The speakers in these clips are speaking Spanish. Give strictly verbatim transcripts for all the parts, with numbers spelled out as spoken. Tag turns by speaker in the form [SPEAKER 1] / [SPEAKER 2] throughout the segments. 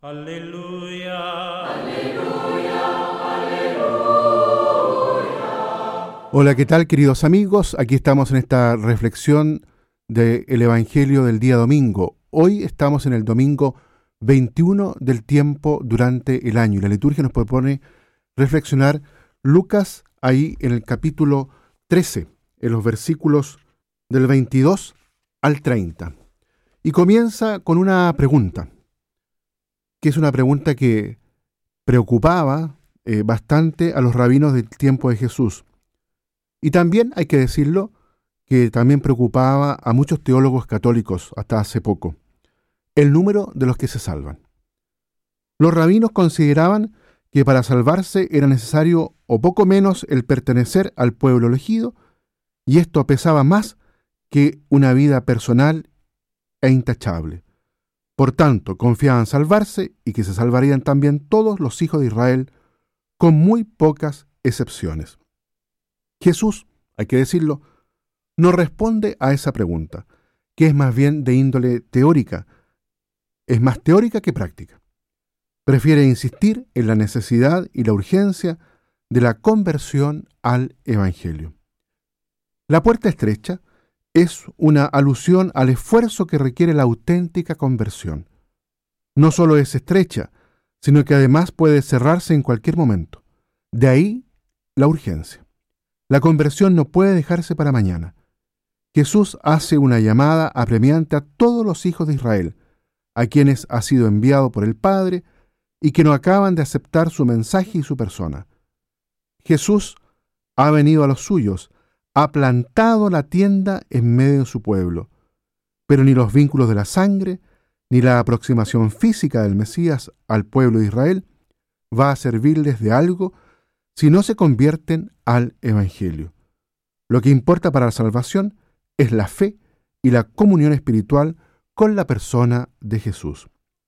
[SPEAKER 1] Aleluya.
[SPEAKER 2] Aleluya, aleluya.
[SPEAKER 3] Hola, ¿qué tal, queridos amigos? Aquí estamos en esta reflexión del Evangelio del día domingo. Hoy estamos en el domingo veintiuno del tiempo durante el año y la liturgia nos propone reflexionar Lucas ahí en el capítulo trece, en los versículos del veintidós al treinta. Y comienza con una pregunta, que es una pregunta que preocupaba eh, bastante a los rabinos del tiempo de Jesús. Y también, hay que decirlo, que también preocupaba a muchos teólogos católicos hasta hace poco: el número de los que se salvan. Los rabinos consideraban que para salvarse era necesario o poco menos el pertenecer al pueblo elegido, y esto pesaba más que una vida personal e intachable. Por tanto, confiaban salvarse y que se salvarían también todos los hijos de Israel, con muy pocas excepciones. Jesús, hay que decirlo, no responde a esa pregunta, que es más bien de índole teórica, es más teórica que práctica. Prefiere insistir en la necesidad y la urgencia de la conversión al Evangelio. La puerta estrecha es una alusión al esfuerzo que requiere la auténtica conversión. No solo es estrecha, sino que además puede cerrarse en cualquier momento. De ahí la urgencia. La conversión no puede dejarse para mañana. Jesús hace una llamada apremiante a todos los hijos de Israel, a quienes ha sido enviado por el Padre y que no acaban de aceptar su mensaje y su persona. Jesús ha venido a los suyos, ha plantado la tienda en medio de su pueblo, pero ni los vínculos de la sangre, ni la aproximación física del Mesías al pueblo de Israel va a servirles de algo si no se convierten al Evangelio. Lo que importa para la salvación es la fe y la comunión espiritual con la persona de Jesús.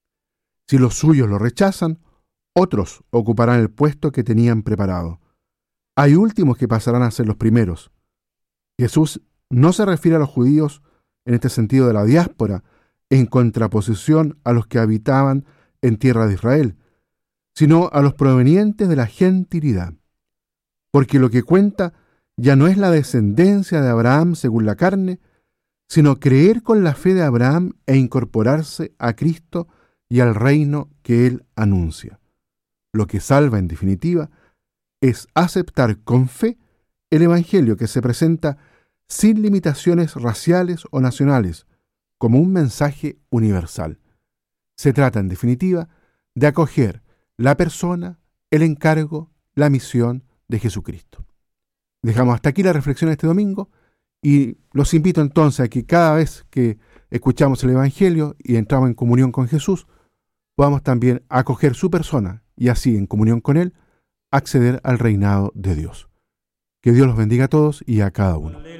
[SPEAKER 3] Si los suyos lo rechazan, otros ocuparán el puesto que tenían preparado. Hay últimos que pasarán a ser los primeros. Jesús no se refiere a los judíos en este sentido de la diáspora, en contraposición a los que habitaban en tierra de Israel, sino a los provenientes de la gentilidad. Porque lo que cuenta ya no es la descendencia de Abraham según la carne, sino creer con la fe de Abraham e incorporarse a Cristo y al reino que Él anuncia. Lo que salva, en definitiva, es aceptar con fe el Evangelio que se presenta sin limitaciones raciales o nacionales, como un mensaje universal. Se trata, en definitiva, de acoger la persona, el encargo, la misión de Jesucristo. Dejamos hasta aquí la reflexión de este domingo y los invito entonces a que cada vez que escuchamos el Evangelio y entramos en comunión con Jesús, podamos también acoger su persona y así, en comunión con Él, acceder al reinado de Dios. Que Dios los bendiga a todos y a cada uno.